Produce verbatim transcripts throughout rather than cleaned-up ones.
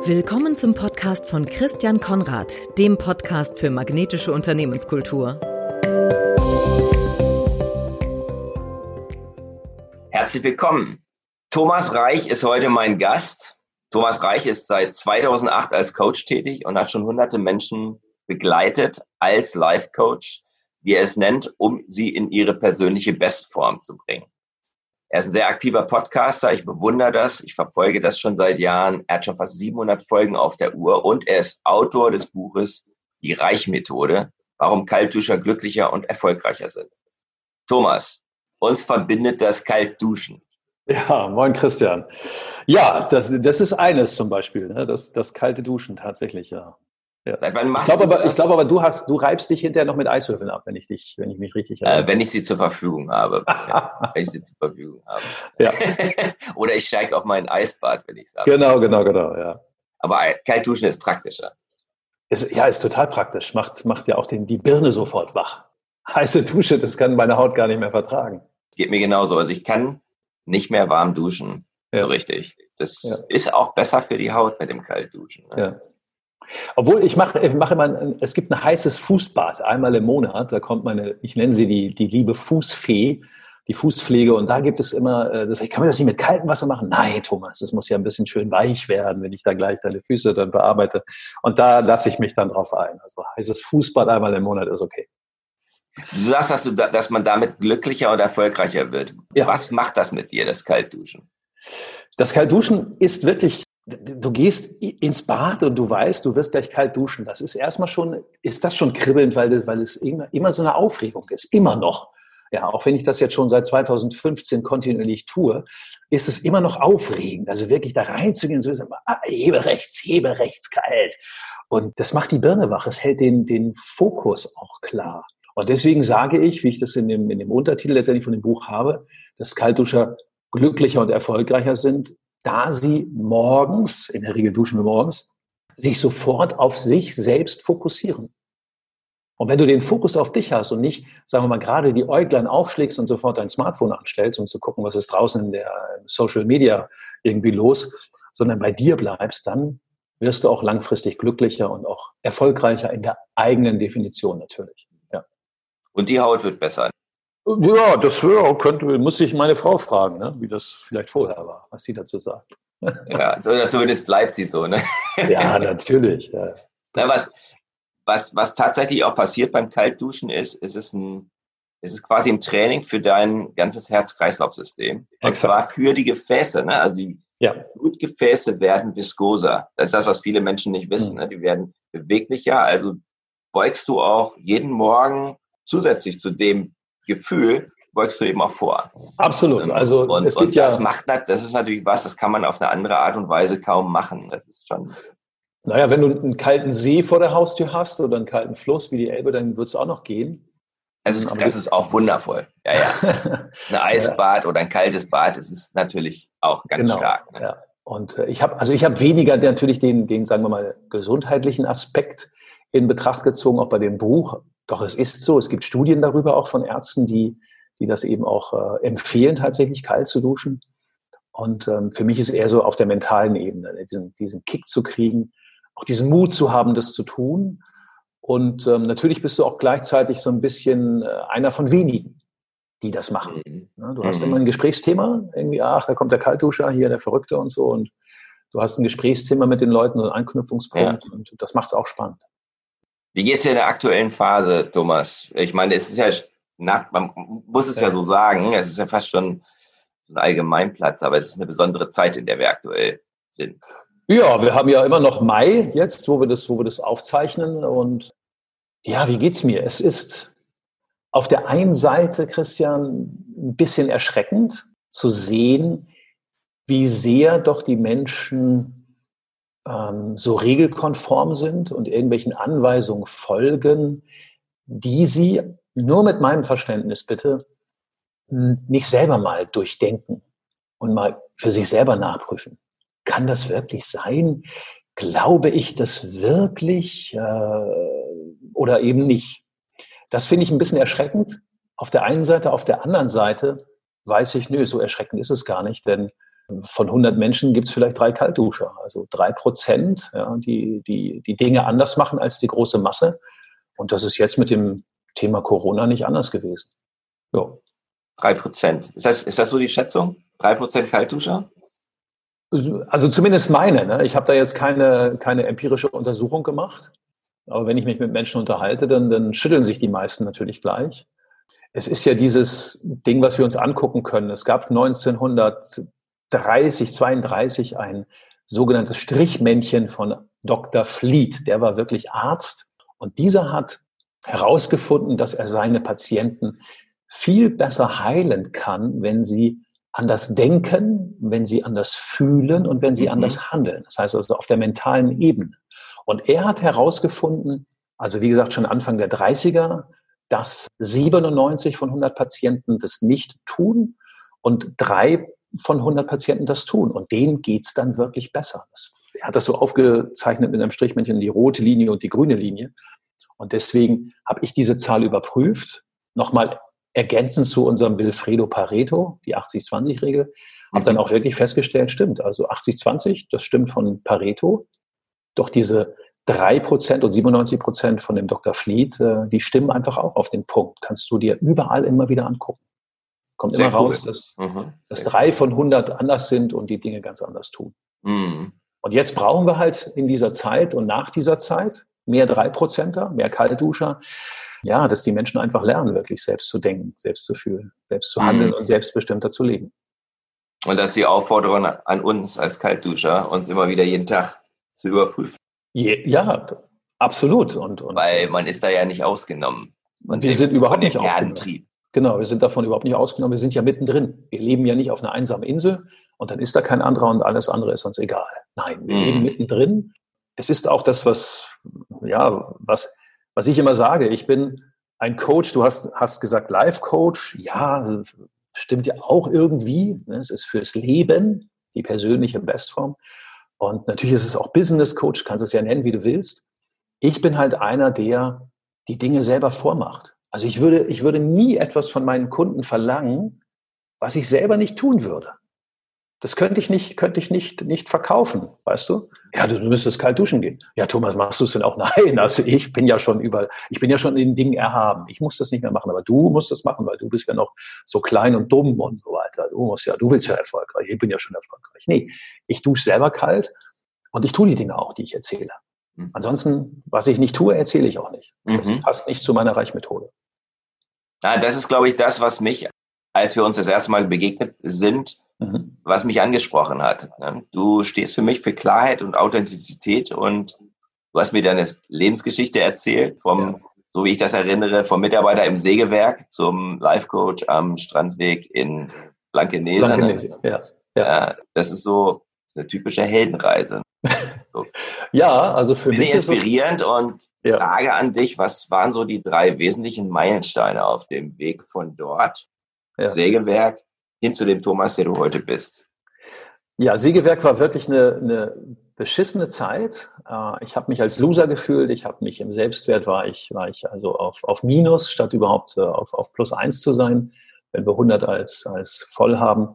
Willkommen zum Podcast von Christian Konrad, dem Podcast für magnetische Unternehmenskultur. Herzlich willkommen. Thomas Reich ist heute mein Gast. Thomas Reich ist seit zweitausendacht als Coach tätig und hat schon hunderte Menschen begleitet als Life Coach, wie er es nennt, um sie in ihre persönliche Bestform zu bringen. Er ist ein sehr aktiver Podcaster, ich bewundere das, ich verfolge das schon seit Jahren. Er hat schon fast siebenhundert Folgen auf der Uhr und er ist Autor des Buches Die Reich-Methode, warum Kaltduscher glücklicher und erfolgreicher sind. Thomas, uns verbindet das Kaltduschen. Ja, moin Christian. Ja, das, das ist eines zum Beispiel, ne? das, das kalte Duschen tatsächlich, ja. Ja. Seit wann machst ich glaube du aber, das? ich glaube aber, du hast, du reibst dich hinterher noch mit Eiswürfeln ab, wenn ich dich, wenn ich mich richtig erinnere. Äh, wenn ich sie zur Verfügung habe. ja, wenn ich sie zur Verfügung habe. Ja. Oder ich steige auf mein Eisbad, wenn ich sage. Genau, genau, genau, ja. Aber Kaltduschen ist praktischer. Ist, ja, ist total praktisch. Macht, macht ja auch den, die Birne sofort wach. Heiße Dusche, das kann meine Haut gar nicht mehr vertragen. Geht mir genauso. Also ich kann nicht mehr warm duschen. Ja. So richtig. Das ja. ist auch besser für die Haut mit dem Kaltduschen. Ne? Ja. Obwohl ich mache, ich mache immer, ein, es gibt ein heißes Fußbad einmal im Monat. Da kommt meine, ich nenne sie die, die liebe Fußfee, die Fußpflege. Und da gibt es immer, das, ich kann mir das nicht mit kaltem Wasser machen. Nein, Thomas, das muss ja ein bisschen schön weich werden, wenn ich da gleich deine Füße dann bearbeite. Und da lasse ich mich dann drauf ein. Also heißes Fußbad einmal im Monat ist okay. Du sagst, dass, du, dass man damit glücklicher und erfolgreicher wird. Ja. Was macht das mit dir, das Kaltduschen? Das Kaltduschen ist wirklich, du gehst ins Bad und du weißt, du wirst gleich kalt duschen. Das ist erstmal schon, ist das schon kribbelnd, weil, weil es immer, immer so eine Aufregung ist. Immer noch. Ja, auch wenn ich das jetzt schon seit zweitausendfünfzehn kontinuierlich tue, ist es immer noch aufregend. Also wirklich da reinzugehen, so ist immer, ah, hebe rechts, hebe rechts, kalt. Und das macht die Birne wach. Es hält den, den Fokus auch klar. Und deswegen sage ich, wie ich das in dem, in dem Untertitel letztendlich von dem Buch habe, dass Kaltduscher glücklicher und erfolgreicher sind, da sie morgens, in der Regel duschen wir morgens, sich sofort auf sich selbst fokussieren. Und wenn du den Fokus auf dich hast und nicht, sagen wir mal, gerade die Äuglein aufschlägst und sofort dein Smartphone anstellst, um zu gucken, was ist draußen in der Social Media irgendwie los, sondern bei dir bleibst, dann wirst du auch langfristig glücklicher und auch erfolgreicher in der eigenen Definition natürlich. Ja. Und die Haut wird besser. Ja, das ja, könnte, muss ich meine Frau fragen, ne, wie das vielleicht vorher war, was sie dazu sagt. Ja, so, zumindest bleibt sie so, ne? Ja, natürlich. Ja. Na, was, was, was tatsächlich auch passiert beim Kaltduschen ist, ist es, ein, ist es quasi ein Training für dein ganzes Herz-Kreislauf-System. Und zwar für die Gefäße, ne? Also die ja. Blutgefäße werden viskoser. Das ist das, was viele Menschen nicht wissen. Mhm. Ne? Die werden beweglicher. Also beugst du auch jeden Morgen zusätzlich zu dem Gefühl, beugst du eben auch vor. Absolut. Also und, es gibt und das ja, macht, das ist natürlich was, das kann man auf eine andere Art und Weise kaum machen. Das ist schon. Naja, wenn du einen kalten See vor der Haustür hast oder einen kalten Fluss wie die Elbe, dann wird es auch noch gehen. Also das, das ist auch wundervoll. Ja, ja. Ein Eisbad oder ein kaltes Bad, das ist natürlich auch ganz genau. stark. Ne? Ja. Und äh, ich habe, also ich habe weniger natürlich den, den, sagen wir mal, gesundheitlichen Aspekt in Betracht gezogen, auch bei dem Buch. Doch es ist so, es gibt Studien darüber auch von Ärzten, die, die das eben auch äh, empfehlen, tatsächlich kalt zu duschen. Und ähm, für mich ist es eher so auf der mentalen Ebene, diesen, diesen Kick zu kriegen, auch diesen Mut zu haben, das zu tun. Und ähm, natürlich bist du auch gleichzeitig so ein bisschen äh, einer von wenigen, die das machen. Mhm. Ja, du hast mhm. immer ein Gesprächsthema, irgendwie, ach, da kommt der Kaltduscher, hier der Verrückte und so. Und du hast ein Gesprächsthema mit den Leuten, so einen Anknüpfungspunkt. Ja. Und das macht es auch spannend. Wie geht es dir in der aktuellen Phase, Thomas? Ich meine, es ist ja, nach, man muss es ja so sagen, es ist ja fast schon ein Allgemeinplatz, aber es ist eine besondere Zeit, in der wir aktuell sind. Ja, wir haben ja immer noch Mai jetzt, wo wir das, wo wir das aufzeichnen. Und ja, wie geht's mir? Es ist auf der einen Seite, Christian, ein bisschen erschreckend zu sehen, wie sehr doch die Menschen so regelkonform sind und irgendwelchen Anweisungen folgen, die sie nur mit meinem Verständnis bitte nicht selber mal durchdenken und mal für sich selber nachprüfen. Kann das wirklich sein? Glaube ich das wirklich äh, oder eben nicht? Das finde ich ein bisschen erschreckend. Auf der einen Seite, auf der anderen Seite weiß ich, nö, so erschreckend ist es gar nicht, denn Von hundert Menschen gibt es vielleicht drei Kaltduscher, also drei Prozent, ja, die, die die Dinge anders machen als die große Masse. Und das ist jetzt mit dem Thema Corona nicht anders gewesen. Ja. Drei Prozent. Ist das, ist das so die Schätzung? Drei Prozent Kaltduscher? Also zumindest meine. Ne? Ich habe da jetzt keine, keine empirische Untersuchung gemacht. Aber wenn ich mich mit Menschen unterhalte, dann, dann schütteln sich die meisten natürlich gleich. Es ist ja dieses Ding, was wir uns angucken können. Es gab neunzehnhundertdreißig, zweiunddreißig ein sogenanntes Strichmännchen von Doktor Fleet. Der war wirklich Arzt. Und dieser hat herausgefunden, dass er seine Patienten viel besser heilen kann, wenn sie anders denken, wenn sie anders fühlen und wenn sie mhm. anders handeln. Das heißt also auf der mentalen Ebene. Und er hat herausgefunden, also wie gesagt schon Anfang der dreißiger, dass siebenundneunzig von hundert Patienten das nicht tun und drei von hundert Patienten das tun. Und denen geht's dann wirklich besser. Das, er hat das so aufgezeichnet mit einem Strichmännchen, die rote Linie und die grüne Linie. Und deswegen habe ich diese Zahl überprüft, nochmal ergänzend zu unserem Wilfredo Pareto, die achtzig zwanzig Regel, habe dann auch wirklich festgestellt, stimmt, also achtzig zwanzig, das stimmt von Pareto, doch diese drei Prozent und siebenundneunzig Prozent von dem Doktor Fleet, die stimmen einfach auch auf den Punkt. Kannst du dir überall immer wieder angucken. Kommt Sehr immer cool. raus, dass, mhm. dass drei von hundert anders sind und die Dinge ganz anders tun. Mhm. Und jetzt brauchen wir halt in dieser Zeit und nach dieser Zeit mehr drei Prozenter, mehr Kaltduscher, ja, dass die Menschen einfach lernen, wirklich selbst zu denken, selbst zu fühlen, selbst zu handeln mhm. und selbstbestimmter zu leben. Und das ist die Aufforderung an uns als Kaltduscher, uns immer wieder jeden Tag zu überprüfen. Je, ja, absolut. Und, und, Weil man ist da ja nicht ausgenommen. Und wir dem, sind überhaupt nicht ausgenommen. Genau, wir sind davon überhaupt nicht ausgenommen. Wir sind ja mittendrin. Wir leben ja nicht auf einer einsamen Insel und dann ist da kein anderer und alles andere ist uns egal. Nein, wir mhm. leben mittendrin. Es ist auch das, was, ja, was, was ich immer sage. Ich bin ein Coach. Du hast, hast gesagt Life-Coach. Ja, stimmt ja auch irgendwie. Es ist fürs Leben die persönliche Bestform. Und natürlich ist es auch Business Coach, kannst es ja nennen, wie du willst. Ich bin halt einer, der die Dinge selber vormacht. Also ich würde, ich würde nie etwas von meinen Kunden verlangen, was ich selber nicht tun würde. Das könnte ich nicht, könnte ich nicht, nicht verkaufen, weißt du? Ja, du, du müsstest kalt duschen gehen. Ja, Thomas, machst du es denn auch? Nein, also ich bin ja schon überall, ich bin ja schon in den Dingen erhaben. Ich muss das nicht mehr machen, aber du musst das machen, weil du bist ja noch so klein und dumm und so weiter. Du musst ja, du willst ja erfolgreich. Ich bin ja schon erfolgreich. Nee, ich dusche selber kalt und ich tue die Dinge auch, die ich erzähle. Mhm. Ansonsten, was ich nicht tue, erzähle ich auch nicht. Das mhm. passt nicht zu meiner Reichmethode. Ja, das ist, glaube ich, das, was mich, als wir uns das erste Mal begegnet sind, mhm. was mich angesprochen hat. Du stehst für mich für Klarheit und Authentizität und du hast mir deine Lebensgeschichte erzählt, vom, ja. so wie ich das erinnere, vom Mitarbeiter im Sägewerk zum Life-Coach am Strandweg in Blankenese. Blankenese, ja. Ja. ja. Das ist so eine typische Heldenreise. So. Ja, also für Bin mich ich inspirierend ist es, und ja. Frage an dich, was waren so die drei wesentlichen Meilensteine auf dem Weg von dort, ja. Sägewerk, hin zu dem Thomas, der du heute bist? Ja, Sägewerk war wirklich eine, eine beschissene Zeit. Ich habe mich als Loser gefühlt. Ich habe mich im Selbstwert war ich, war ich also auf, auf Minus, statt überhaupt auf, auf Plus eins zu sein, wenn wir hundert als, als voll haben.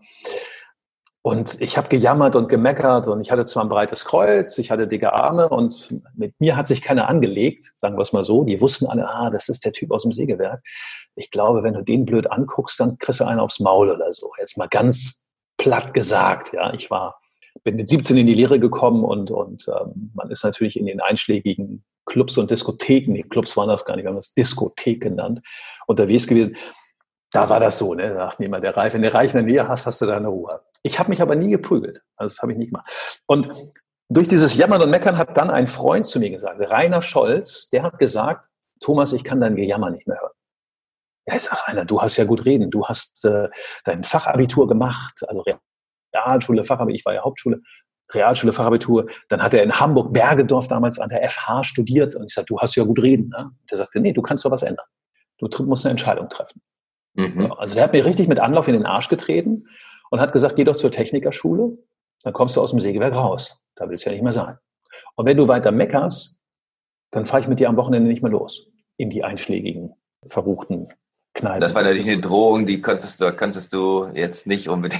Und ich habe gejammert und gemeckert und ich hatte zwar ein breites Kreuz, ich hatte dicke Arme und mit mir hat sich keiner angelegt, sagen wir es mal so. Die wussten alle, ah, das ist der Typ aus dem Sägewerk. Ich glaube, wenn du den blöd anguckst, dann kriegst du einen aufs Maul oder so. Jetzt mal ganz platt gesagt, ja. Ich war, bin mit siebzehn in die Lehre gekommen und, und ähm, man ist natürlich in den einschlägigen Clubs und Diskotheken, die Clubs waren das gar nicht, wir haben das Diskothek genannt, unterwegs gewesen. Da war das so, ne? Da dachte immer, der Reif, wenn du Reich in der Nähe hast, hast du deine Ruhe. Ich habe mich aber nie geprügelt. Also das habe ich nie gemacht. Und durch dieses Jammern und Meckern hat dann ein Freund zu mir gesagt, Rainer Scholz, der hat gesagt, Thomas, ich kann dein Gejammer nicht mehr hören. Ja, ich sage, Rainer, du hast ja gut reden. Du hast äh, dein Fachabitur gemacht, also Realschule, Fachabitur, ich war ja Hauptschule, Realschule, Fachabitur. Dann hat er in Hamburg, Bergedorf damals an der F H studiert. Und ich sagte, du hast ja gut reden. Ne? Und der sagte, nee, du kannst doch was ändern. Du musst eine Entscheidung treffen. Mhm. Also der hat mir richtig mit Anlauf in den Arsch getreten und hat gesagt, geh doch zur Technikerschule, dann kommst du aus dem Sägewerk raus. Da willst du ja nicht mehr sein. Und wenn du weiter meckerst, dann fahre ich mit dir am Wochenende nicht mehr los in die einschlägigen, verruchten Kneipen. Das war natürlich eine Drohung, die konntest du, konntest du jetzt nicht unbedingt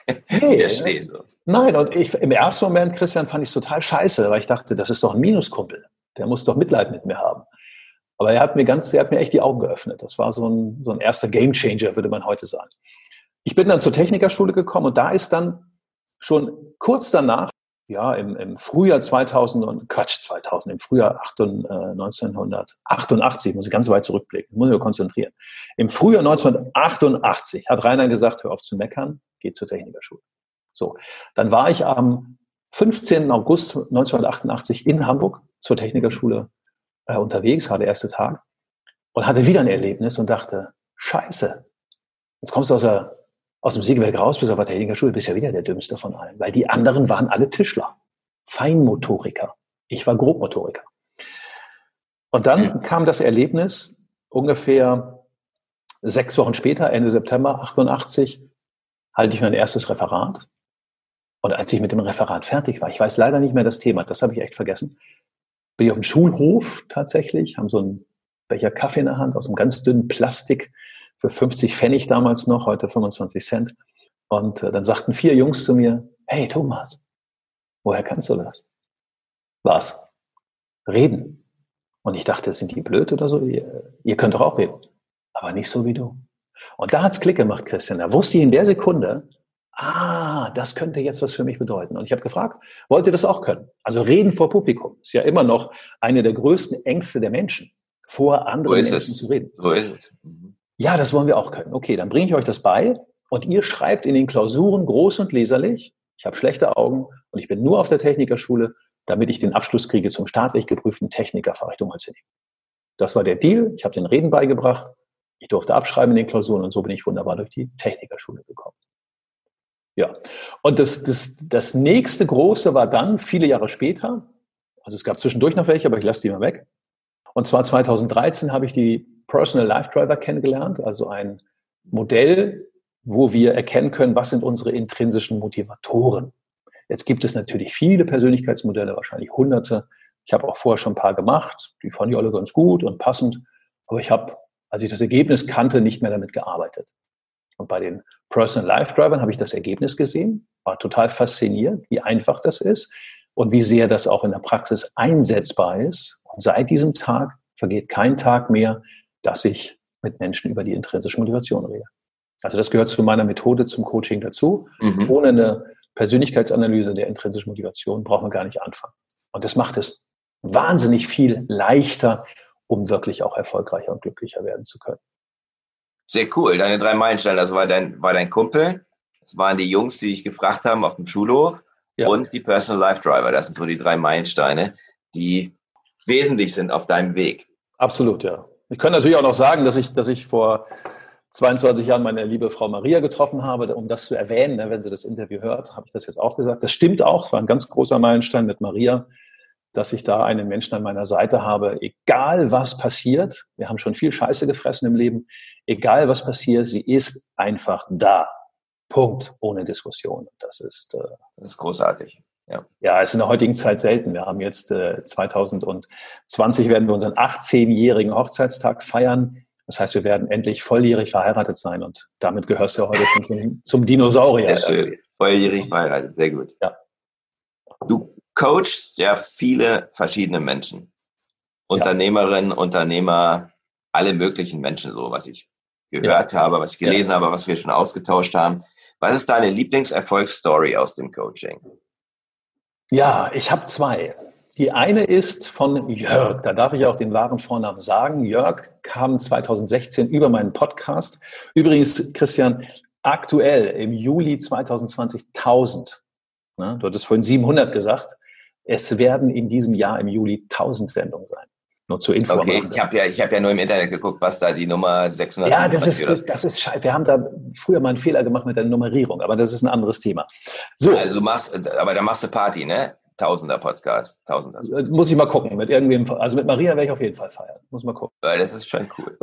Nee, widerstehen. So. Nein, und ich, im ersten Moment, Christian, fand ich es total scheiße, weil ich dachte, das ist doch ein Minuskumpel. Der muss doch Mitleid mit mir haben. Aber er hat mir ganz, er hat mir echt die Augen geöffnet. Das war so ein, so ein erster Gamechanger, würde man heute sagen. Ich bin dann zur Technikerschule gekommen und da ist dann schon kurz danach, ja, im, im Frühjahr zweitausend und, Quatsch, zweitausend, im Frühjahr neunzehnhundertachtundachtzig, muss ich ganz weit zurückblicken, muss ich mich konzentrieren. Im Frühjahr neunzehnhundertachtundachtzig hat Rainer gesagt, hör auf zu meckern, geh zur Technikerschule. So, dann war ich am fünfzehnten August neunzehnhundertachtundachtzig in Hamburg zur Technikerschule äh, unterwegs, war der erste Tag, und hatte wieder ein Erlebnis und dachte, scheiße, jetzt kommst du aus, der, aus dem Sägewerk raus, bist auf der Technikerschule, bist ja wieder der Dümmste von allen, weil die anderen waren alle Tischler, Feinmotoriker. Ich war Grobmotoriker. Und dann kam das Erlebnis, ungefähr sechs Wochen später, Ende September achtundachtzig, halte ich mein erstes Referat. Und als ich mit dem Referat fertig war, ich weiß leider nicht mehr das Thema, das habe ich echt vergessen, bin ich auf dem Schulhof tatsächlich, haben so einen Becher Kaffee in der Hand aus einem ganz dünnen Plastik für fünfzig Pfennig damals noch, heute fünfundzwanzig Cent. Und äh, dann sagten vier Jungs zu mir, hey Thomas, woher kannst du das? Was? Reden. Und ich dachte, sind die blöd oder so? Ihr, ihr könnt doch auch reden. Aber nicht so wie du. Und da hat's Klick gemacht, Christian. Da wusste ich in der Sekunde, ah, das könnte jetzt was für mich bedeuten. Und ich habe gefragt, wollt ihr das auch können? Also reden vor Publikum ist ja immer noch eine der größten Ängste der Menschen, vor anderen So Menschen es. zu reden. So ist es. Mhm. Ja, das wollen wir auch können. Okay, dann bringe ich euch das bei und ihr schreibt in den Klausuren groß und leserlich, ich habe schlechte Augen und ich bin nur auf der Technikerschule, damit ich den Abschluss kriege zum staatlich geprüften Techniker Verrichtungsingenieur. Das war der Deal. Ich habe den Reden beigebracht. Ich durfte abschreiben in den Klausuren und so bin ich wunderbar durch die Technikerschule gekommen. Ja, und das, das, das nächste Große war dann, viele Jahre später, also es gab zwischendurch noch welche, aber ich lasse die mal weg. Und zwar zweitausenddreizehn habe ich die Personal Life Driver kennengelernt, also ein Modell, wo wir erkennen können, was sind unsere intrinsischen Motivatoren. Jetzt gibt es natürlich viele Persönlichkeitsmodelle, wahrscheinlich hunderte. Ich habe auch vorher schon ein paar gemacht, die fand ich alle ganz gut und passend. Aber ich habe, als ich das Ergebnis kannte, nicht mehr damit gearbeitet. Und bei den Personal Life Drivern habe ich das Ergebnis gesehen, war total fasziniert, wie einfach das ist und wie sehr das auch in der Praxis einsetzbar ist. Und seit diesem Tag vergeht kein Tag mehr, dass ich mit Menschen über die intrinsische Motivation rede. Also das gehört zu meiner Methode zum Coaching dazu. Mhm. Ohne eine Persönlichkeitsanalyse der intrinsischen Motivation braucht man gar nicht anfangen. Und das macht es wahnsinnig viel leichter, um wirklich auch erfolgreicher und glücklicher werden zu können. Sehr cool. Deine drei Meilensteine, das war dein, war dein Kumpel, das waren die Jungs, die dich gefragt haben auf dem Schulhof, ja, und die Personal Life Driver. Das sind so die drei Meilensteine, die wesentlich sind auf deinem Weg. Absolut, ja. Ich kann natürlich auch noch sagen, dass ich, dass ich vor zweiundzwanzig Jahren meine liebe Frau Maria getroffen habe, um das zu erwähnen. Wenn sie das Interview hört, habe ich das jetzt auch gesagt. Das stimmt auch, es war ein ganz großer Meilenstein mit Maria, dass ich da einen Menschen an meiner Seite habe, egal was passiert. Wir haben schon viel Scheiße gefressen im Leben. Egal was passiert, sie ist einfach da. Punkt. Ohne Diskussion. Das ist, äh, das ist großartig. Ja. Ja, es ist in der heutigen Zeit selten. Wir haben jetzt äh, zwanzig zwanzig werden wir unseren achtzehnjährigen Hochzeitstag feiern. Das heißt, wir werden endlich volljährig verheiratet sein und damit gehörst du heute zum, zum Dinosaurier. Sehr schön. Volljährig verheiratet, sehr gut. Ja. Du coachst ja viele verschiedene Menschen. Unternehmerinnen, ja. Unternehmer, alle möglichen Menschen, so was ich gehört ja. habe, was ich gelesen ja. habe, was wir schon ausgetauscht haben. Was ist deine Lieblingserfolgsstory aus dem Coaching? Ja, ich habe zwei. Die eine ist von Jörg, da darf ich auch den wahren Vornamen sagen. Jörg kam zweitausendsechzehn über meinen Podcast. Übrigens, Christian, aktuell im Juli zweitausendzwanzig tausend. Ne, du hattest vorhin siebenhundert gesagt. Es werden in diesem Jahr im Juli tausend Sendungen sein. Nur zur Info. Okay, ich habe ja, ich hab ja nur im Internet geguckt, was da die Nummer sechshundert Ja, das ist, das, das ist scheiße. Wir haben da früher mal einen Fehler gemacht mit der Nummerierung, aber das ist ein anderes Thema. So. Also du machst, aber da machst du Party, ne? Tausender Podcast, Tausender. Muss ich mal gucken. Mit irgendwem, also mit Maria werde ich auf jeden Fall feiern. Muss mal gucken. Weil das ist schon cool.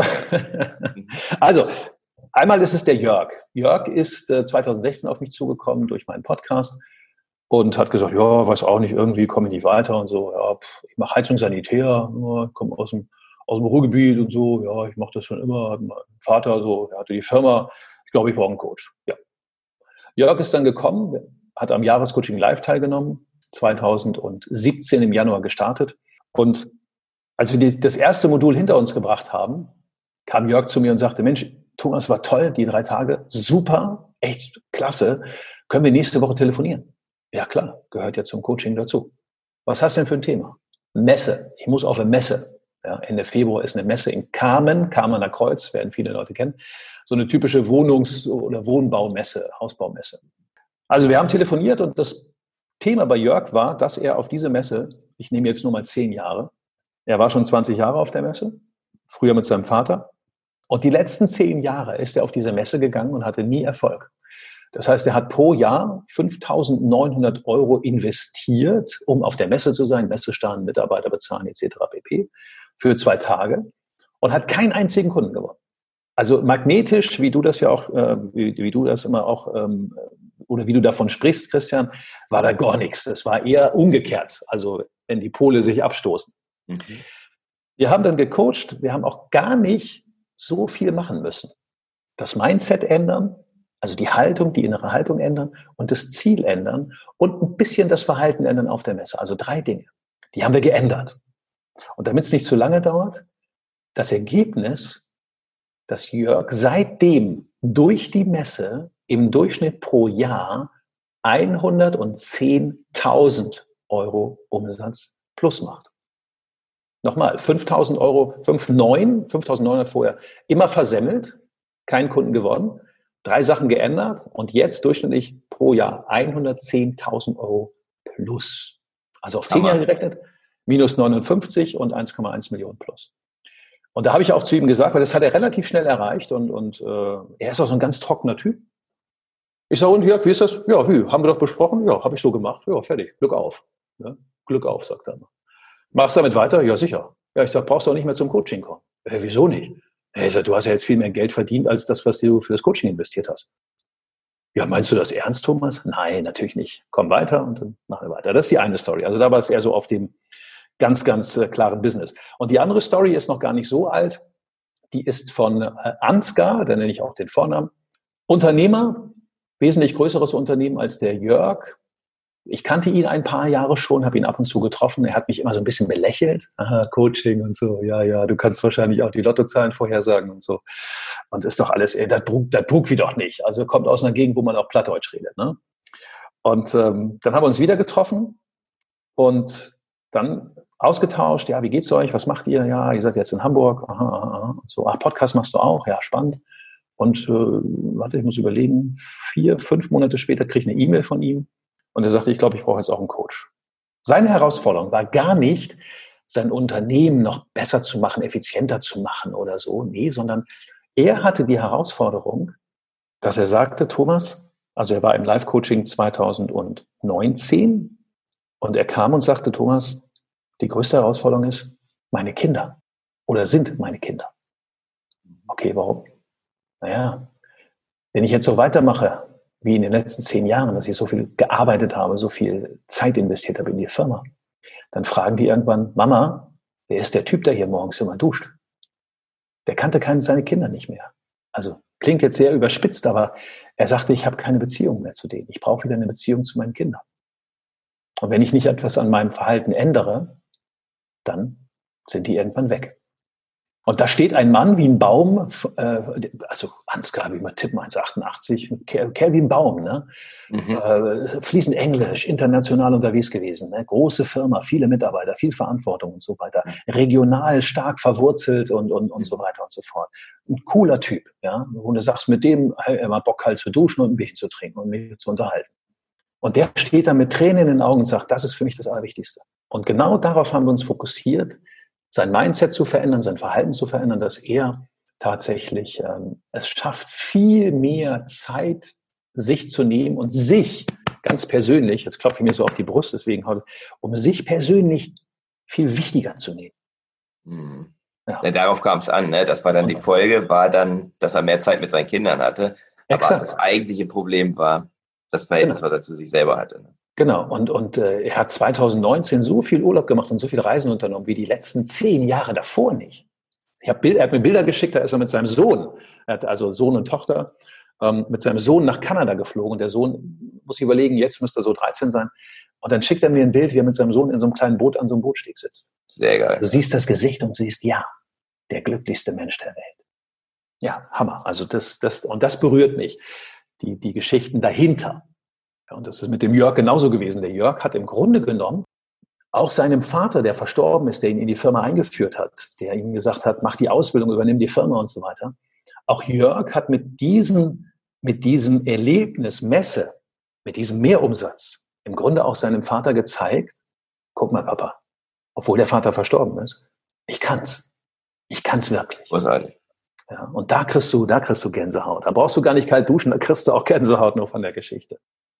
Also, einmal ist es der Jörg. Jörg ist äh, zweitausendsechzehn auf mich zugekommen durch meinen Podcast und hat gesagt, ja, weiß auch nicht, irgendwie komme ich nicht weiter und so. Ja, ich mache Heizung Sanitär, ich komme aus dem, aus dem Ruhrgebiet und so. Ja, ich mache das schon immer. Mein Vater so, er hatte die Firma. Ich glaube, ich brauche einen Coach. Ja. Jörg ist dann gekommen, hat am Jahrescoaching Live teilgenommen, zweitausendsiebzehn im Januar gestartet. Und als wir die, das erste Modul hinter uns gebracht haben, kam Jörg zu mir und sagte, Mensch, Thomas, war toll, die drei Tage, super, echt klasse. Können wir nächste Woche telefonieren? Ja klar, gehört ja zum Coaching dazu. Was hast du denn für ein Thema? Messe. Ich muss auf eine Messe. Ja, Ende Februar ist eine Messe in Kamen, Kamener Kreuz, werden viele Leute kennen. So eine typische Wohnungs- oder Wohnbaumesse, Hausbaumesse. Also wir haben telefoniert und das Thema bei Jörg war, dass er auf diese Messe, ich nehme jetzt nur mal zehn Jahre, er war schon zwanzig Jahre auf der Messe, früher mit seinem Vater. Und die letzten zehn Jahre ist er auf diese Messe gegangen und hatte nie Erfolg. Das heißt, er hat pro Jahr fünftausendneunhundert Euro investiert, um auf der Messe zu sein, Messestand, Mitarbeiter bezahlen et cetera pp. für zwei Tage und hat keinen einzigen Kunden gewonnen. Also magnetisch, wie du das ja auch, äh, wie, wie du das immer auch, ähm, oder wie du davon sprichst, Christian, war da gar nichts. Es war eher umgekehrt, also wenn die Pole sich abstoßen. Mhm. Wir haben dann gecoacht, wir haben auch gar nicht so viel machen müssen. Das Mindset ändern, also die Haltung, die innere Haltung ändern und das Ziel ändern und ein bisschen das Verhalten ändern auf der Messe. Also drei Dinge. Die haben wir geändert. Und damit es nicht zu lange dauert, das Ergebnis, dass Jörg seitdem durch die Messe im Durchschnitt pro Jahr hundertzehntausend Euro Umsatz plus macht. Nochmal, fünftausend Euro, fünftausendneunhundert vorher immer versemmelt, keinen Kunden gewonnen, drei Sachen geändert und jetzt durchschnittlich pro Jahr hundertzehntausend Euro plus. Also auf zehn Jahre gerechnet, minus neunundfünfzig und eins Komma eins Millionen plus. Und da habe ich auch zu ihm gesagt, weil das hat er relativ schnell erreicht und, und äh, er ist auch so ein ganz trockener Typ. Ich sage, und Jörg, wie ist das? Ja, wie? Haben wir doch besprochen? Ja, habe ich so gemacht. Ja, fertig. Glück auf. Ja, Glück auf, sagt er. Machst du damit weiter? Ja, sicher. Ja, ich sage, brauchst du auch nicht mehr zum Coaching kommen. Ja, wieso nicht? Ja, ich sage, du hast ja jetzt viel mehr Geld verdient, als das, was du für das Coaching investiert hast. Ja, meinst du das ernst, Thomas? Nein, natürlich nicht. Komm weiter und dann machen wir weiter. Das ist die eine Story. Also da war es eher so auf dem ganz, ganz äh, klaren Business. Und die andere Story ist noch gar nicht so alt. Die ist von äh, Ansgar, da nenne ich auch den Vornamen. Unternehmer, wesentlich größeres Unternehmen als der Jörg. Ich kannte ihn ein paar Jahre schon, habe ihn ab und zu getroffen. Er hat mich immer so ein bisschen belächelt. Aha, Coaching und so. Ja, ja, du kannst wahrscheinlich auch die Lottozahlen vorhersagen und so. Und ist doch alles, ey, das Brug, das Brug wie doch nicht. Also kommt aus einer Gegend, wo man auch Plattdeutsch redet. Ne? Und ähm, dann haben wir uns wieder getroffen und dann ausgetauscht. Ja, wie geht's euch? Was macht ihr? Ja, ihr seid jetzt in Hamburg. Aha, aha, aha. Und so, ach, Podcast machst du auch? Ja, spannend. Und äh, warte, ich muss überlegen. Vier, fünf Monate später kriege ich eine E-Mail von ihm. Und er sagte, ich glaube, ich brauche jetzt auch einen Coach. Seine Herausforderung war gar nicht, sein Unternehmen noch besser zu machen, effizienter zu machen oder so. Nee, sondern er hatte die Herausforderung, dass er sagte, Thomas, also er war im Live-Coaching zweitausendneunzehn und er kam und sagte, Thomas, die größte Herausforderung ist meine Kinder oder sind meine Kinder. Okay, warum? Naja, wenn ich jetzt so weitermache, wie in den letzten zehn Jahren, dass ich so viel gearbeitet habe, so viel Zeit investiert habe in die Firma, dann fragen die irgendwann, Mama, wer ist der Typ, der hier morgens immer duscht? Der kannte keine, seine Kinder nicht mehr. Also klingt jetzt sehr überspitzt, aber er sagte, ich habe keine Beziehung mehr zu denen. Ich brauche wieder eine Beziehung zu meinen Kindern. Und wenn ich nicht etwas an meinem Verhalten ändere, dann sind die irgendwann weg. Und da steht ein Mann wie ein Baum, äh, also Ansgar, wie man tippen, eins Komma achtundachtzig, Kerl, Kerl wie ein Baum, ne? Mhm. Äh, fließend Englisch, international unterwegs gewesen, ne? Große Firma, viele Mitarbeiter, viel Verantwortung und so weiter, regional stark verwurzelt und, und, und so weiter und so fort. Ein cooler Typ, ja, wo du sagst, mit dem er mal Bock halt zu duschen und ein Bierchen zu trinken und mich zu unterhalten. Und der steht da mit Tränen in den Augen und sagt, das ist für mich das Allerwichtigste. Und genau darauf haben wir uns fokussiert, sein Mindset zu verändern, sein Verhalten zu verändern, dass er tatsächlich ähm, es schafft, viel mehr Zeit sich zu nehmen und sich ganz persönlich, jetzt klopfe ich mir so auf die Brust, deswegen heute, um sich persönlich viel wichtiger zu nehmen. Hm. Ja. Ja, darauf kam es an, ne? Das war dann die Folge, war dann, dass er mehr Zeit mit seinen Kindern hatte. Aber Exakt. Das eigentliche Problem war das Verhältnis, genau. was er zu sich selber hatte. Ne? Genau, und, und äh, er hat zweitausendneunzehn so viel Urlaub gemacht und so viele Reisen unternommen wie die letzten zehn Jahre davor nicht. Ich hab Bild, er hat mir Bilder geschickt, da ist er mit seinem Sohn, er hat also Sohn und Tochter, ähm, mit seinem Sohn nach Kanada geflogen. Und der Sohn, muss ich überlegen, jetzt müsste er so dreizehn sein. Und dann schickt er mir ein Bild, wie er mit seinem Sohn in so einem kleinen Boot an so einem Bootsteg sitzt. Sehr geil. Du siehst das Gesicht und siehst, ja, der glücklichste Mensch der Welt. Ja, Hammer. Also das, das, und das berührt mich. Die, die Geschichten dahinter. Ja, und das ist mit dem Jörg genauso gewesen. Der Jörg hat im Grunde genommen auch seinem Vater, der verstorben ist, der ihn in die Firma eingeführt hat, der ihm gesagt hat, mach die Ausbildung, übernimm die Firma und so weiter. Auch Jörg hat mit diesem, mit diesem Erlebnis Messe, mit diesem Mehrumsatz im Grunde auch seinem Vater gezeigt, guck mal, Papa, obwohl der Vater verstorben ist, ich kann's. Ich kann's wirklich. Großartig. Ja, und da kriegst du, da kriegst du Gänsehaut. Da brauchst du gar nicht kalt duschen, da kriegst du auch Gänsehaut nur von der Geschichte.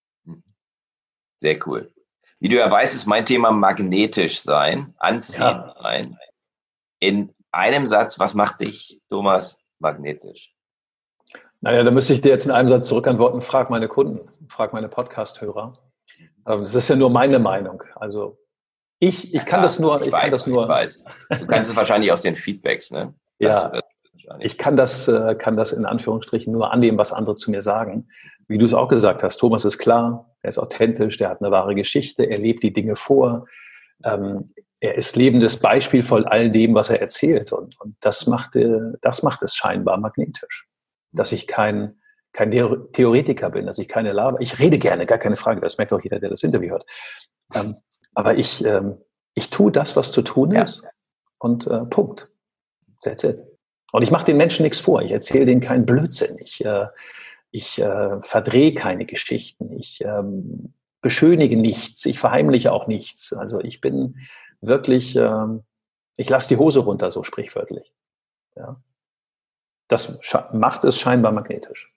Sehr cool. Wie du ja weißt, ist mein Thema magnetisch sein, anziehend ja. sein. In einem Satz, was macht dich, Thomas, magnetisch? Naja, da müsste ich dir jetzt in einem Satz zurückantworten, frag meine Kunden, frag meine Podcast-Hörer. Das ist ja nur meine Meinung. Also ich, ich kann ja, das nur, ich, ich weiß, kann das nur. Ich weiß. Du kannst es wahrscheinlich aus den Feedbacks, ne? Ja. Ich kann das, kann das in Anführungsstrichen nur annehmen, was andere zu mir sagen. Wie du es auch gesagt hast, Thomas ist klar, er ist authentisch, der hat eine wahre Geschichte, er lebt die Dinge vor, ähm, er ist lebendes Beispiel von all dem, was er erzählt. Und, und das macht, das macht es scheinbar magnetisch. Dass ich kein, kein Theoretiker bin, dass ich keine Laber, ich rede gerne, gar keine Frage, das merkt auch jeder, der das Interview hört. Ähm, aber ich, ähm, ich tue das, was zu tun ist und äh, Punkt. That's it. Und ich mache den Menschen nichts vor. Ich erzähle denen keinen Blödsinn. Ich, äh, ich äh, verdrehe keine Geschichten. Ich ähm, beschönige nichts. Ich verheimliche auch nichts. Also ich bin wirklich, ähm, ich lasse die Hose runter, so sprichwörtlich. Ja. Das macht es scheinbar magnetisch.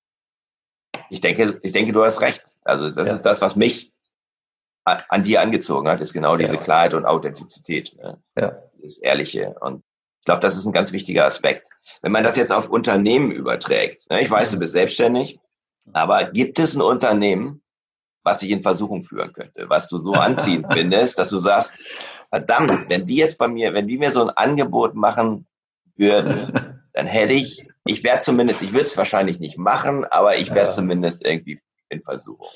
Ich denke, ich denke, du hast recht. Also das ja. ist das, was mich an, an dir angezogen hat, ist genau diese ja. Klarheit und Authentizität. Ne? Ja. Das Ehrliche. Und ich glaube, das ist ein ganz wichtiger Aspekt. Wenn man das jetzt auf Unternehmen überträgt, ne, ich weiß, du bist selbstständig, aber gibt es ein Unternehmen, was dich in Versuchung führen könnte, was du so anziehend findest, dass du sagst, verdammt, wenn die jetzt bei mir, wenn die mir so ein Angebot machen würden, dann hätte ich, ich wäre zumindest, ich würde es wahrscheinlich nicht machen, aber ich wäre ja. zumindest irgendwie in Versuchung.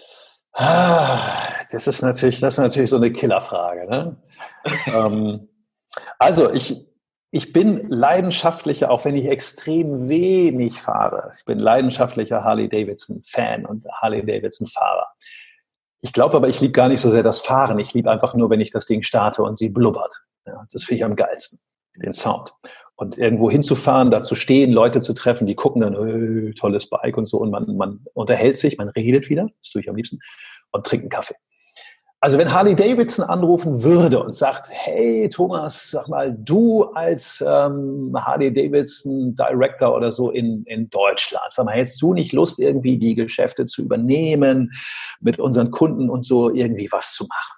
Das ist natürlich, das ist natürlich so eine Killerfrage. Ne? ähm, also ich, ich bin leidenschaftlicher, auch wenn ich extrem wenig fahre. Ich bin leidenschaftlicher Harley-Davidson-Fan und Harley-Davidson-Fahrer. Ich glaube aber, ich liebe gar nicht so sehr das Fahren. Ich liebe einfach nur, wenn ich das Ding starte und sie blubbert. Ja, das finde ich am geilsten, den Sound. Und irgendwo hinzufahren, da zu stehen, Leute zu treffen, die gucken dann, hey, tolles Bike und so. Und man, man unterhält sich, man redet wieder, das tue ich am liebsten, und trinkt einen Kaffee. Also wenn Harley-Davidson anrufen würde und sagt, hey Thomas, sag mal, du als ähm, Harley-Davidson-Director oder so in, in Deutschland, sag mal, hättest du nicht Lust, irgendwie die Geschäfte zu übernehmen, mit unseren Kunden und so irgendwie was zu machen?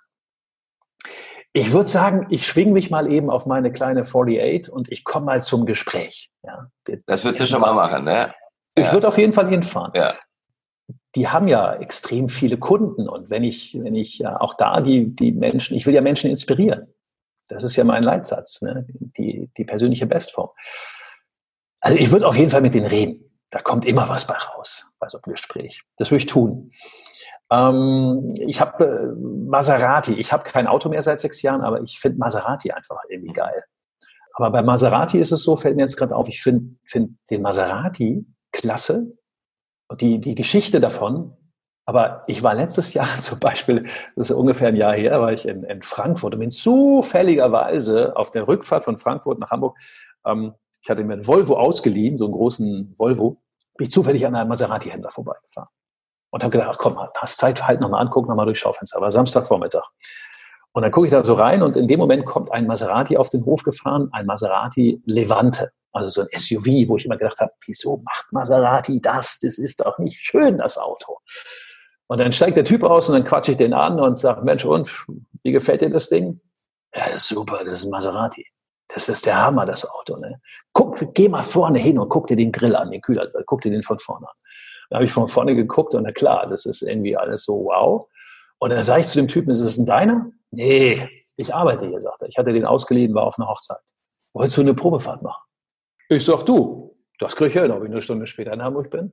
Ich würde sagen, ich schwinge mich mal eben auf meine kleine achtundvierzig und ich komme mal zum Gespräch. Ja, das würdest du schon mal machen, ne? Ich ja. würde auf jeden Fall hinfahren. Ja. Die haben ja extrem viele Kunden und wenn ich, wenn ich ja auch da die, die Menschen, ich will ja Menschen inspirieren. Das ist ja mein Leitsatz, ne? Die, die persönliche Bestform. Also ich würde auf jeden Fall mit denen reden. Da kommt immer was bei raus, bei so einem Gespräch. Das würde ich tun. Ähm, ich habe äh, Maserati, ich habe kein Auto mehr seit sechs Jahren, aber ich finde Maserati einfach irgendwie geil. Aber bei Maserati ist es so, fällt mir jetzt gerade auf, ich finde find den Maserati klasse. Die, die Geschichte davon, aber ich war letztes Jahr zum Beispiel, das ist ungefähr ein Jahr her, war ich in, in Frankfurt und bin zufälligerweise auf der Rückfahrt von Frankfurt nach Hamburg, ähm, ich hatte mir einen Volvo ausgeliehen, so einen großen Volvo, bin ich zufällig an einem Maserati-Händler vorbeigefahren und habe gedacht, ach komm, hast Zeit, halt nochmal an, guck nochmal durchs Schaufenster, war Samstagvormittag. Und dann gucke ich da so rein und in dem Moment kommt ein Maserati auf den Hof gefahren, ein Maserati Levante. Also so ein S U V, wo ich immer gedacht habe, wieso macht Maserati das? Das ist doch nicht schön, das Auto. Und dann steigt der Typ aus und dann quatsche ich den an und sage, Mensch, und wie gefällt dir das Ding? Ja, das ist super, das ist ein Maserati. Das ist der Hammer, das Auto. Ne? Guck, geh mal vorne hin und guck dir den Grill an, den Kühler, guck dir den von vorne an. Da habe ich von vorne geguckt und na klar, das ist irgendwie alles so wow. Und dann sage ich zu dem Typen, ist das ein deiner? Nee, ich arbeite hier, sagt er. Ich hatte den ausgeliehen, war auf einer Hochzeit. Wolltest du eine Probefahrt machen? Ich sag, du, das krieg ich hin, ob ich eine Stunde später in Hamburg bin.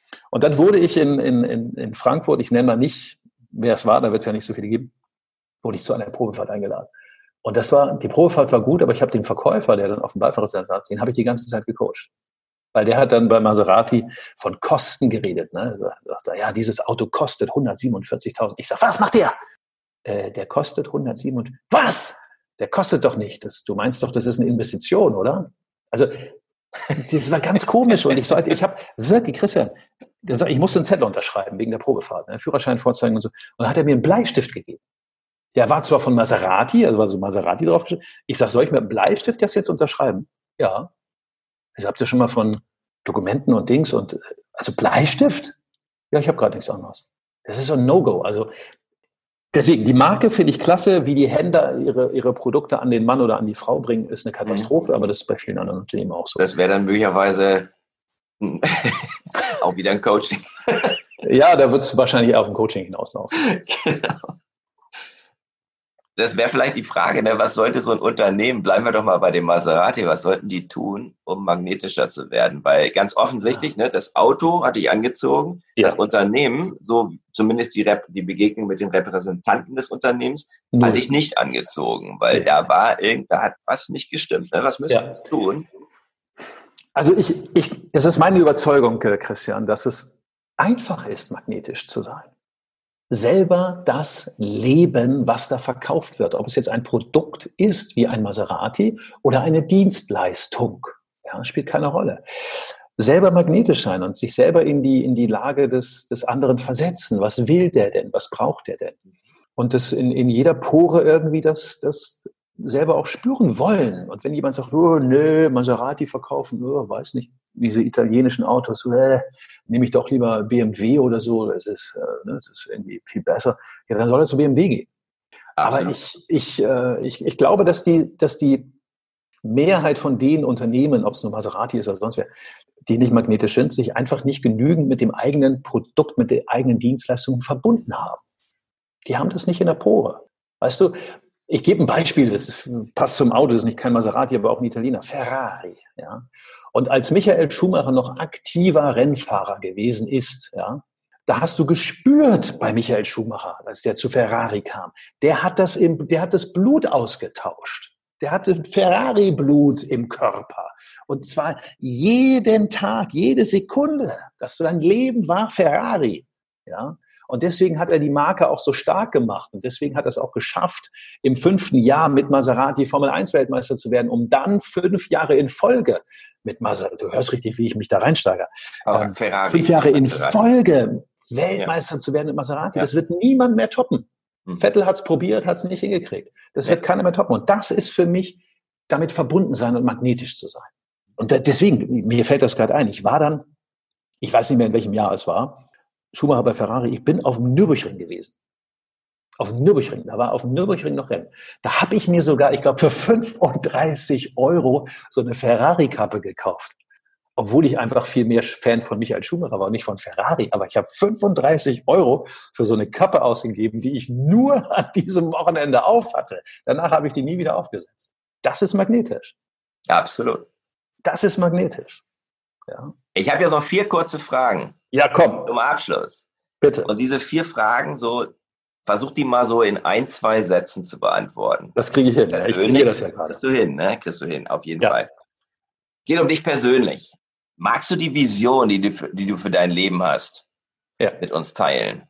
Und dann wurde ich in, in, in Frankfurt, ich nenne mal nicht, wer es war, da wird es ja nicht so viele geben, wurde ich zu einer Probefahrt eingeladen. Und das war, die Probefahrt war gut, aber ich habe den Verkäufer, der dann auf dem Beifahrersitz saß, den habe ich die ganze Zeit gecoacht. Weil der hat dann bei Maserati von Kosten geredet. Ne? Er sagte, ja, dieses Auto kostet hundertsiebenundvierzigtausend. Ich sage, was macht der? Äh, der kostet hundertsiebenundvierzig. Was? Der kostet doch nicht. Das, du meinst doch, das ist eine Investition, oder? Also, das war ganz komisch. Und ich sollte, ich habe wirklich, Christian, ich musste einen Zettel unterschreiben wegen der Probefahrt, ne? Führerschein vorzeigen und so. Und dann hat er mir einen Bleistift gegeben. Der war zwar von Maserati, also war so Maserati draufgeschrieben. Ich sage, soll ich mit einem Bleistift das jetzt unterschreiben? Ja. Ich habt ihr schon mal von Dokumenten und Dings und, also Bleistift? Ja, ich habe gerade nichts anderes. Das ist so ein No-Go. Also, deswegen, die Marke finde ich klasse, wie die Händler ihre, ihre Produkte an den Mann oder an die Frau bringen, ist eine Katastrophe, mhm. aber das ist bei vielen anderen Unternehmen auch so. Das wäre dann möglicherweise auch wieder ein Coaching. Ja, da wird es wahrscheinlich auf ein Coaching hinauslaufen. Genau. Das wäre vielleicht die Frage, ne? Was sollte so ein Unternehmen, bleiben wir doch mal bei dem Maserati, was sollten die tun, um magnetischer zu werden? Weil ganz offensichtlich, ja. ne, das Auto hat dich angezogen, ja. das Unternehmen, so zumindest die, Rep- die Begegnung mit den Repräsentanten des Unternehmens, Null. hat dich nicht angezogen, weil ja. da war irgend, da hat was nicht gestimmt. Ne? Was müssen ja. wir tun? Also ich, ich, es ist meine Überzeugung, Christian, dass es einfach ist, magnetisch zu sein. Selber das Leben, was da verkauft wird. Ob es jetzt ein Produkt ist, wie ein Maserati, oder eine Dienstleistung. Ja, spielt keine Rolle. Selber magnetisch sein und sich selber in die, in die Lage des, des anderen versetzen. Was will der denn? Was braucht der denn? Und das in, in jeder Pore irgendwie das, das selber auch spüren wollen. Und wenn jemand sagt, oh, nö, Maserati verkaufen, oh, weiß nicht, diese italienischen Autos, äh, nehme ich doch lieber B M W oder so, das ist, äh, ne, das ist irgendwie viel besser. Ja, dann soll er zu B M W gehen. Absolut. Aber ich, ich, äh, ich, ich glaube, dass die, dass die Mehrheit von den Unternehmen, ob es nur Maserati ist oder sonst wer, die nicht magnetisch sind, sich einfach nicht genügend mit dem eigenen Produkt, mit der eigenen Dienstleistung verbunden haben. Die haben das nicht in der Pore. Weißt du, ich gebe ein Beispiel, das passt zum Auto, das ist nicht kein Maserati, aber auch ein Italiener, Ferrari. Ja. Und als Michael Schumacher noch aktiver Rennfahrer gewesen ist, ja, da hast du gespürt bei Michael Schumacher, als der zu Ferrari kam, der hat das, im, der hat das Blut ausgetauscht. Der hatte Ferrari-Blut im Körper. Und zwar jeden Tag, jede Sekunde. Das sein Leben war Ferrari. Ja. Und deswegen hat er die Marke auch so stark gemacht. Und deswegen hat er es auch geschafft, im fünften Jahr mit Maserati Formel eins Weltmeister zu werden, um dann fünf Jahre in Folge mit Maserati, du hörst richtig, wie ich mich da reinsteige, ähm, fünf Jahre in Folge Weltmeister ja. zu werden mit Maserati. Ja. Das wird niemand mehr toppen. Mhm. Vettel hat es probiert, hat es nicht hingekriegt. Das ja. wird keiner mehr toppen. Und das ist für mich, damit verbunden sein und magnetisch zu sein. Und deswegen, mir fällt das gerade ein, ich war dann, ich weiß nicht mehr, in welchem Jahr es war, Schumacher bei Ferrari, ich bin auf dem Nürburgring gewesen. Auf dem Nürburgring, da war auf dem Nürburgring noch Rennen. Da habe ich mir sogar, ich glaube, für fünfunddreißig Euro so eine Ferrari-Kappe gekauft. Obwohl ich einfach viel mehr Fan von Michael Schumacher war und nicht von Ferrari. Aber ich habe fünfunddreißig Euro für so eine Kappe ausgegeben, die ich nur an diesem Wochenende auf hatte. Danach habe ich die nie wieder aufgesetzt. Das ist magnetisch. Absolut. Das ist magnetisch. Ja. Ich habe jetzt noch vier kurze Fragen. Ja, komm. Zum Abschluss. Bitte. Und diese vier Fragen, so, versuch die mal so in ein, zwei Sätzen zu beantworten. Das kriege ich hin. Ich trainiere das ja gerade. Kriegst du hin, ne? Kriegst du hin, auf jeden ja. Fall. Geht um dich persönlich. Magst du die Vision, die du für, die du für dein Leben hast, ja. mit uns teilen?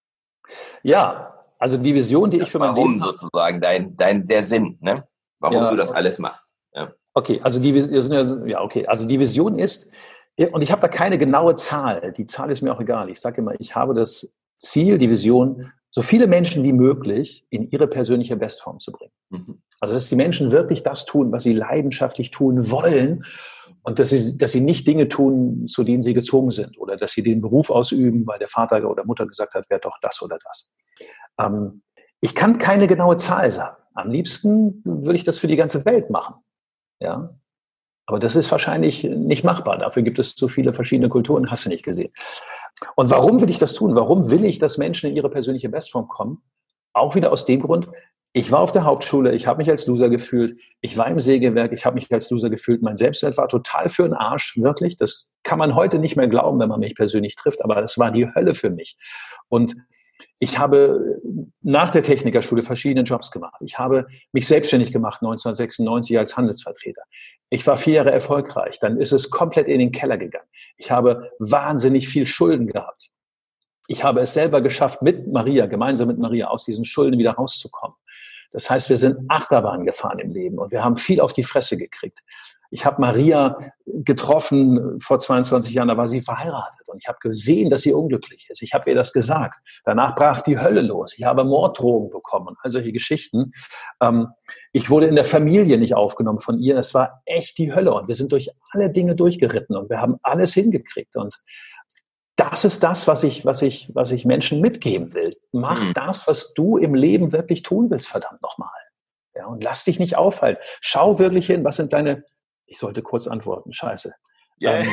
Ja, also die Vision, die ja, ich für mein warum Leben... Warum sozusagen, dein, dein, der Sinn, ne? Warum ja. du das alles machst. Ja. Okay, also die Vision, ja, okay, also die Vision ist, und ich habe da keine genaue Zahl, die Zahl ist mir auch egal. Ich sage immer, ich habe das Ziel, die Vision, so viele Menschen wie möglich in ihre persönliche Bestform zu bringen. Mhm. Also dass die Menschen wirklich das tun, was sie leidenschaftlich tun wollen und dass sie, dass sie nicht Dinge tun, zu denen sie gezwungen sind oder dass sie den Beruf ausüben, weil der Vater oder Mutter gesagt hat, wer doch das oder das. Ähm, ich kann keine genaue Zahl sagen. Am liebsten würde ich das für die ganze Welt machen. Ja, aber das ist wahrscheinlich nicht machbar. Dafür gibt es so viele verschiedene Kulturen, hast du nicht gesehen. Und warum will ich das tun? Warum will ich, dass Menschen in ihre persönliche Bestform kommen? Auch wieder aus dem Grund, Ich war auf der Hauptschule, ich habe mich als Loser gefühlt, ich war im Sägewerk, ich habe mich als Loser gefühlt, mein Selbstwert war total für den Arsch, wirklich. Das kann man heute nicht mehr glauben, wenn man mich persönlich trifft, aber das war die Hölle für mich. Und ich habe nach der Technikerschule verschiedene Jobs gemacht. Ich habe mich selbstständig gemacht neunzehnhundertsechsundneunzig als Handelsvertreter. Ich war vier Jahre erfolgreich, dann ist es komplett in den Keller gegangen. Ich habe wahnsinnig viel Schulden gehabt. Ich habe es selber geschafft, mit Maria, gemeinsam mit Maria, aus diesen Schulden wieder rauszukommen. Das heißt, wir sind Achterbahn gefahren im Leben und wir haben viel auf die Fresse gekriegt. Ich habe Maria getroffen vor zweiundzwanzig Jahren, da war sie verheiratet und ich habe gesehen, dass sie unglücklich ist. Ich habe ihr das gesagt. Danach brach die Hölle los. Ich habe Morddrohungen bekommen und all solche Geschichten. Ich wurde in der Familie nicht aufgenommen von ihr. Es war echt die Hölle und wir sind durch alle Dinge durchgeritten und wir haben alles hingekriegt. Und das ist das, was ich, was ich, was ich Menschen mitgeben will. Mach mhm. das, was du im Leben wirklich tun willst, verdammt nochmal. Ja, und lass dich nicht aufhalten. Schau wirklich hin, was sind deine, ich sollte kurz antworten, scheiße. Ja, ähm.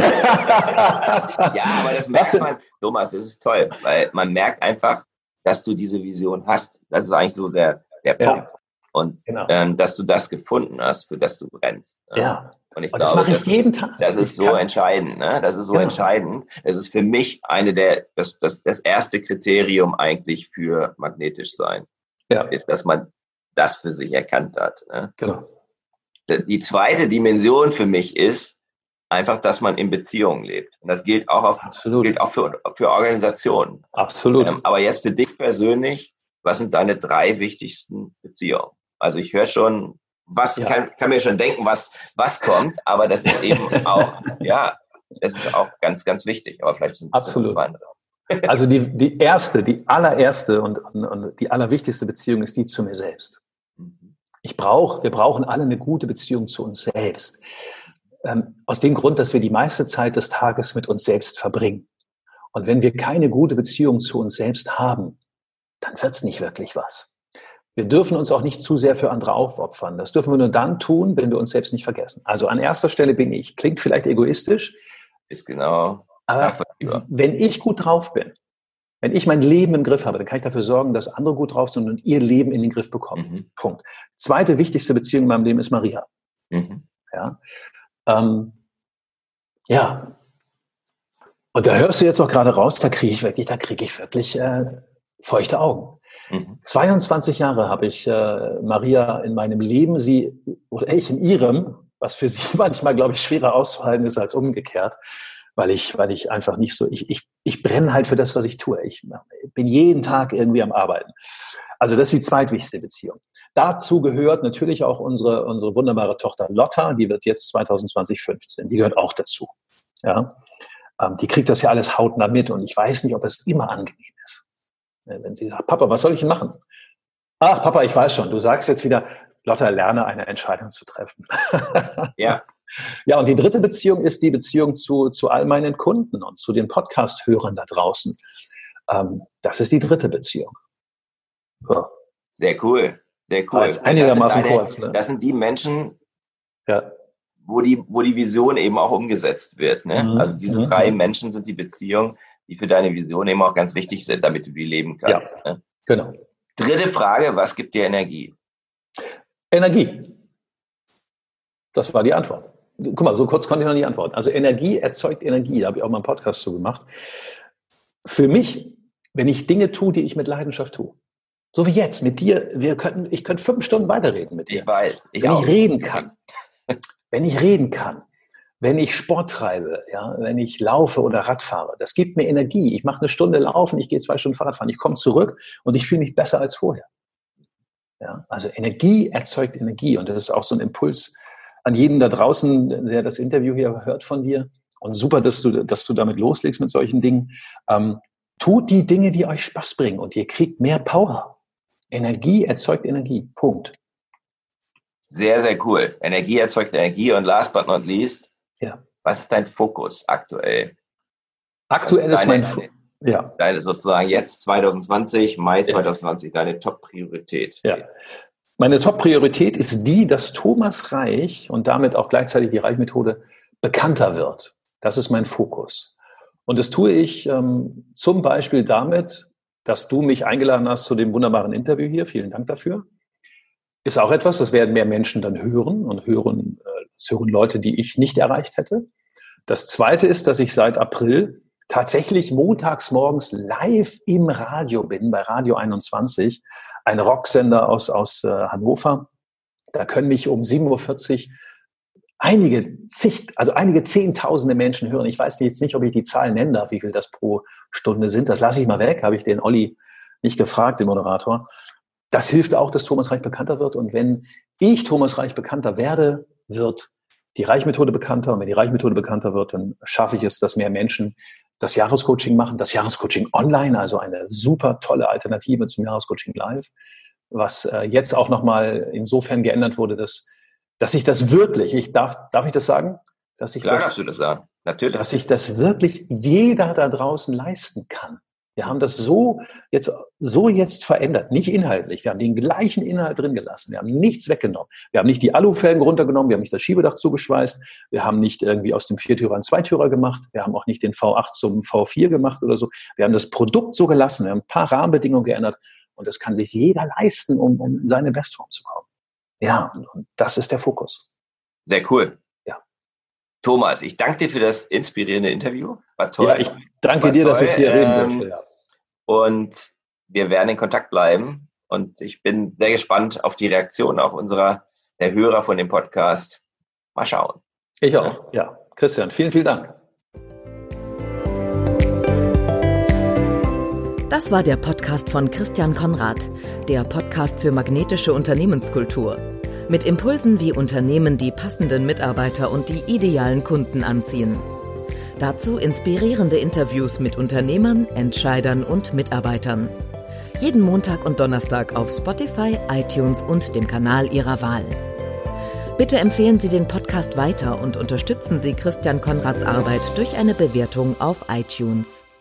ja, aber das merkt man, Thomas, das ist toll, weil man merkt einfach, dass du diese Vision hast. Das ist eigentlich so der, der Punkt. Ja. Und genau. ähm, dass du das gefunden hast, für das du brennst. Ja. Und ich und glaube, das mache ich jeden ist, Tag. Das ist ich so kann. entscheidend. Ne? Das ist so genau. entscheidend. Es ist für mich eine der, das, das, das erste Kriterium eigentlich für magnetisch sein, ja. ist, dass man das für sich erkannt hat. Ne? Genau. Die zweite Dimension für mich ist einfach, dass man in Beziehungen lebt. Und das gilt auch, auf, Absolut. gilt auch für, für Organisationen. Absolut. Ähm, aber jetzt für dich persönlich, was sind deine drei wichtigsten Beziehungen? Also ich höre schon, was ja. kann, kann mir schon denken, was, was kommt, aber das ist eben auch, ja, das ist auch ganz, ganz wichtig. Aber vielleicht sind Absolut. Also die, die erste, die allererste und, und, und die allerwichtigste Beziehung ist die zu mir selbst. Ich brauche, wir brauchen alle eine gute Beziehung zu uns selbst. Ähm, aus dem Grund, dass wir die meiste Zeit des Tages mit uns selbst verbringen. Und wenn wir keine gute Beziehung zu uns selbst haben, dann wird es nicht wirklich was. Wir dürfen uns auch nicht zu sehr für andere aufopfern. Das dürfen wir nur dann tun, wenn wir uns selbst nicht vergessen. Also an erster Stelle bin ich. Klingt vielleicht egoistisch. Ist genau. Aber wenn ich gut drauf bin, wenn ich mein Leben im Griff habe, dann kann ich dafür sorgen, dass andere gut drauf sind und ihr Leben in den Griff bekommen. Mhm. Punkt. Zweite wichtigste Beziehung in meinem Leben ist Maria. Mhm. Ja. Ähm, ja. Und da hörst du jetzt auch gerade raus, da kriege ich wirklich, da kriege ich wirklich äh, feuchte Augen. Mhm. zweiundzwanzig Jahre habe ich äh, Maria in meinem Leben, sie oder ich in ihrem, was für sie manchmal, glaube ich, schwerer auszuhalten ist als umgekehrt, weil ich, weil ich einfach nicht so, ich, ich, ich brenne halt für das, was ich tue. Ich bin jeden Tag irgendwie am Arbeiten. Also das ist die zweitwichtigste Beziehung. Dazu gehört natürlich auch unsere, unsere wunderbare Tochter Lotta, die wird jetzt zwanzig zwanzig fünfzehn, die gehört auch dazu. Ja, ähm, die kriegt das ja alles hautnah mit und ich weiß nicht, ob es immer angenehm ist. Wenn sie sagt, Papa, was soll ich denn machen? Ach, Papa, ich weiß schon, du sagst jetzt wieder, Lotta, lerne eine Entscheidung zu treffen. Ja. Ja, und die dritte Beziehung ist die Beziehung zu, zu all meinen Kunden und zu den Podcast-Hörern da draußen. Ähm, das ist die dritte Beziehung. Ja. Sehr cool, sehr cool. Das ist einigermaßen deine, kurz. Ne? Das sind die Menschen, ja. wo, die, wo die Vision eben auch umgesetzt wird. Ne? Mhm. Also diese mhm. drei Menschen sind die Beziehungen, die für deine Vision eben auch ganz wichtig sind, damit du die leben kannst. Ja, ne? Genau. Dritte Frage, was gibt dir Energie? Energie. Das war die Antwort. Guck mal, so kurz konnte ich noch nicht antworten. Also Energie erzeugt Energie, da habe ich auch mal einen Podcast zu gemacht. Für mich, wenn ich Dinge tue, die ich mit Leidenschaft tue, so wie jetzt mit dir, wir könnten, ich könnte fünf Stunden weiterreden mit dir. Ich weiß. Ich wenn auch. ich reden kann, wenn ich reden kann, wenn ich Sport treibe, ja, wenn ich laufe oder Rad fahre, das gibt mir Energie. Ich mache eine Stunde laufen, ich gehe zwei Stunden Fahrrad fahren, ich komme zurück und ich fühle mich besser als vorher. Ja, also Energie erzeugt Energie und das ist auch so ein Impuls an jeden da draußen, der das Interview hier hört von dir. Und super, dass du, dass du damit loslegst mit solchen Dingen. Ähm, tut die Dinge, die euch Spaß bringen und ihr kriegt mehr Power. Energie erzeugt Energie. Punkt. Sehr, sehr cool. Energie erzeugt Energie und last but not least, ja. Was ist dein Fokus aktuell? Aktuell ist mein Fokus. Ja. Deine sozusagen jetzt zwanzig zwanzig, Mai zwanzig zwanzig, ja. Deine Top-Priorität. Ja. Meine Top-Priorität ist die, dass Thomas Reich und damit auch gleichzeitig die Reich-Methode bekannter wird. Das ist mein Fokus. Und das tue ich ähm, zum Beispiel damit, dass du mich eingeladen hast zu dem wunderbaren Interview hier. Vielen Dank dafür. Ist auch etwas, das werden mehr Menschen dann hören und hören, das hören Leute, die ich nicht erreicht hätte. Das Zweite ist, dass ich seit April tatsächlich montags morgens live im Radio bin, bei Radio einundzwanzig, ein Rocksender aus, aus äh, Hannover. Da können mich um sieben Uhr vierzig einige zig, also einige Zehntausende Menschen hören. Ich weiß jetzt nicht, ob ich die Zahlen nennen darf, wie viel das pro Stunde sind. Das lasse ich mal weg, habe ich den Olli nicht gefragt, den Moderator. Das hilft auch, dass Thomas Reich bekannter wird. Und wenn ich Thomas Reich bekannter werde, wird die Reich-Methode bekannter. Und wenn die Reich-Methode bekannter wird, dann schaffe ich es, dass mehr Menschen das Jahrescoaching machen, das Jahrescoaching online, also eine super tolle Alternative zum Jahrescoaching live, was äh, jetzt auch nochmal insofern geändert wurde, dass, dass ich das wirklich, ich darf, darf ich das sagen? Dass ich Klar, das, darfst du das sagen. Natürlich. Dass ich das wirklich jeder da draußen leisten kann. Wir haben das so jetzt, so jetzt verändert, nicht inhaltlich. Wir haben den gleichen Inhalt drin gelassen. Wir haben nichts weggenommen. Wir haben nicht die Alufelgen runtergenommen. Wir haben nicht das Schiebedach zugeschweißt. Wir haben nicht irgendwie aus dem Viertürer einen Zweitürer gemacht. Wir haben auch nicht den V acht zum V vier gemacht oder so. Wir haben das Produkt so gelassen. Wir haben ein paar Rahmenbedingungen geändert. Und das kann sich jeder leisten, um, um in seine Bestform zu kommen. Ja, und das ist der Fokus. Sehr cool. Ja. Thomas, ich danke dir für das inspirierende Interview. War toll. Ja, ich danke War dir, toll. dass ich hier reden ähm, durfte. Ja. Und wir werden in Kontakt bleiben. Und ich bin sehr gespannt auf die Reaktion auch unserer, der Hörer von dem Podcast. Mal schauen. Ich auch. Ja, Christian, vielen, vielen Dank. Das war der Podcast von Christian Konrad, der Podcast für magnetische Unternehmenskultur. Mit Impulsen, wie Unternehmen die passenden Mitarbeiter und die idealen Kunden anziehen. Dazu inspirierende Interviews mit Unternehmern, Entscheidern und Mitarbeitern. Jeden Montag und Donnerstag auf Spotify, iTunes und dem Kanal Ihrer Wahl. Bitte empfehlen Sie den Podcast weiter und unterstützen Sie Christian Konrads Arbeit durch eine Bewertung auf iTunes.